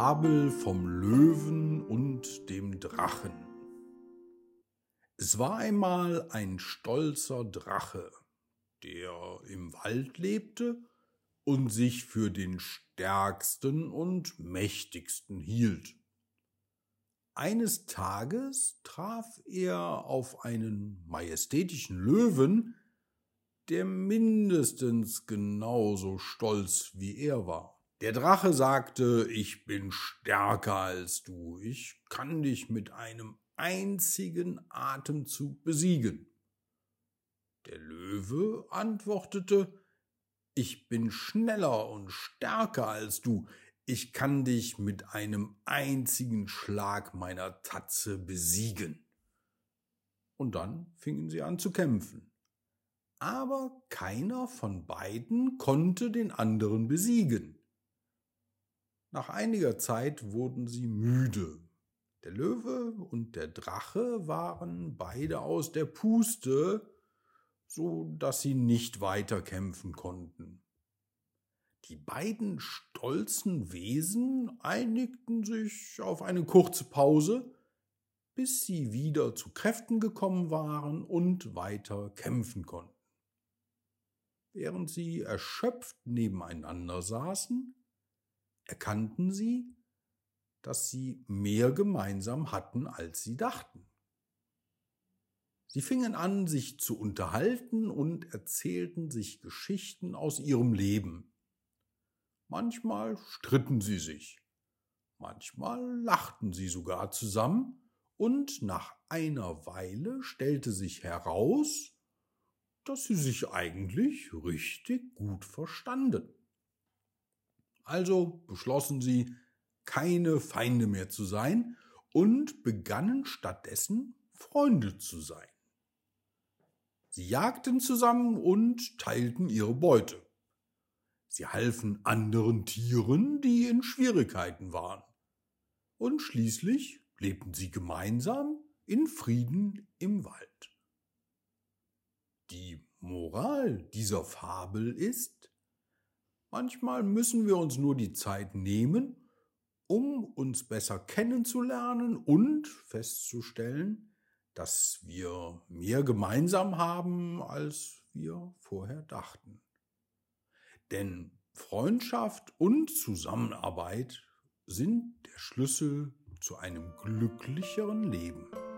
Fabel vom Löwen und dem Drachen. Es war einmal ein stolzer Drache, der im Wald lebte und sich für den stärksten und mächtigsten hielt. Eines Tages traf er auf einen majestätischen Löwen, der mindestens genauso stolz wie er war. Der Drache sagte: „Ich bin stärker als du, ich kann dich mit einem einzigen Atemzug besiegen." Der Löwe antwortete: „Ich bin schneller und stärker als du, ich kann dich mit einem einzigen Schlag meiner Tatze besiegen." Und dann fingen sie an zu kämpfen. Aber keiner von beiden konnte den anderen besiegen. Nach einiger Zeit wurden sie müde. Der Löwe und der Drache waren beide aus der Puste, so dass sie nicht weiter kämpfen konnten. Die beiden stolzen Wesen einigten sich auf eine kurze Pause, bis sie wieder zu Kräften gekommen waren und weiter kämpfen konnten. Während sie erschöpft nebeneinander saßen, erkannten sie, dass sie mehr gemeinsam hatten, als sie dachten. Sie fingen an, sich zu unterhalten und erzählten sich Geschichten aus ihrem Leben. Manchmal stritten sie sich, manchmal lachten sie sogar zusammen, und nach einer Weile stellte sich heraus, dass sie sich eigentlich richtig gut verstanden. Also beschlossen sie, keine Feinde mehr zu sein und begannen stattdessen Freunde zu sein. Sie jagten zusammen und teilten ihre Beute. Sie halfen anderen Tieren, die in Schwierigkeiten waren. Und schließlich lebten sie gemeinsam in Frieden im Wald. Die Moral dieser Fabel ist: Manchmal müssen wir uns nur die Zeit nehmen, um uns besser kennenzulernen und festzustellen, dass wir mehr gemeinsam haben, als wir vorher dachten. Denn Freundschaft und Zusammenarbeit sind der Schlüssel zu einem glücklicheren Leben.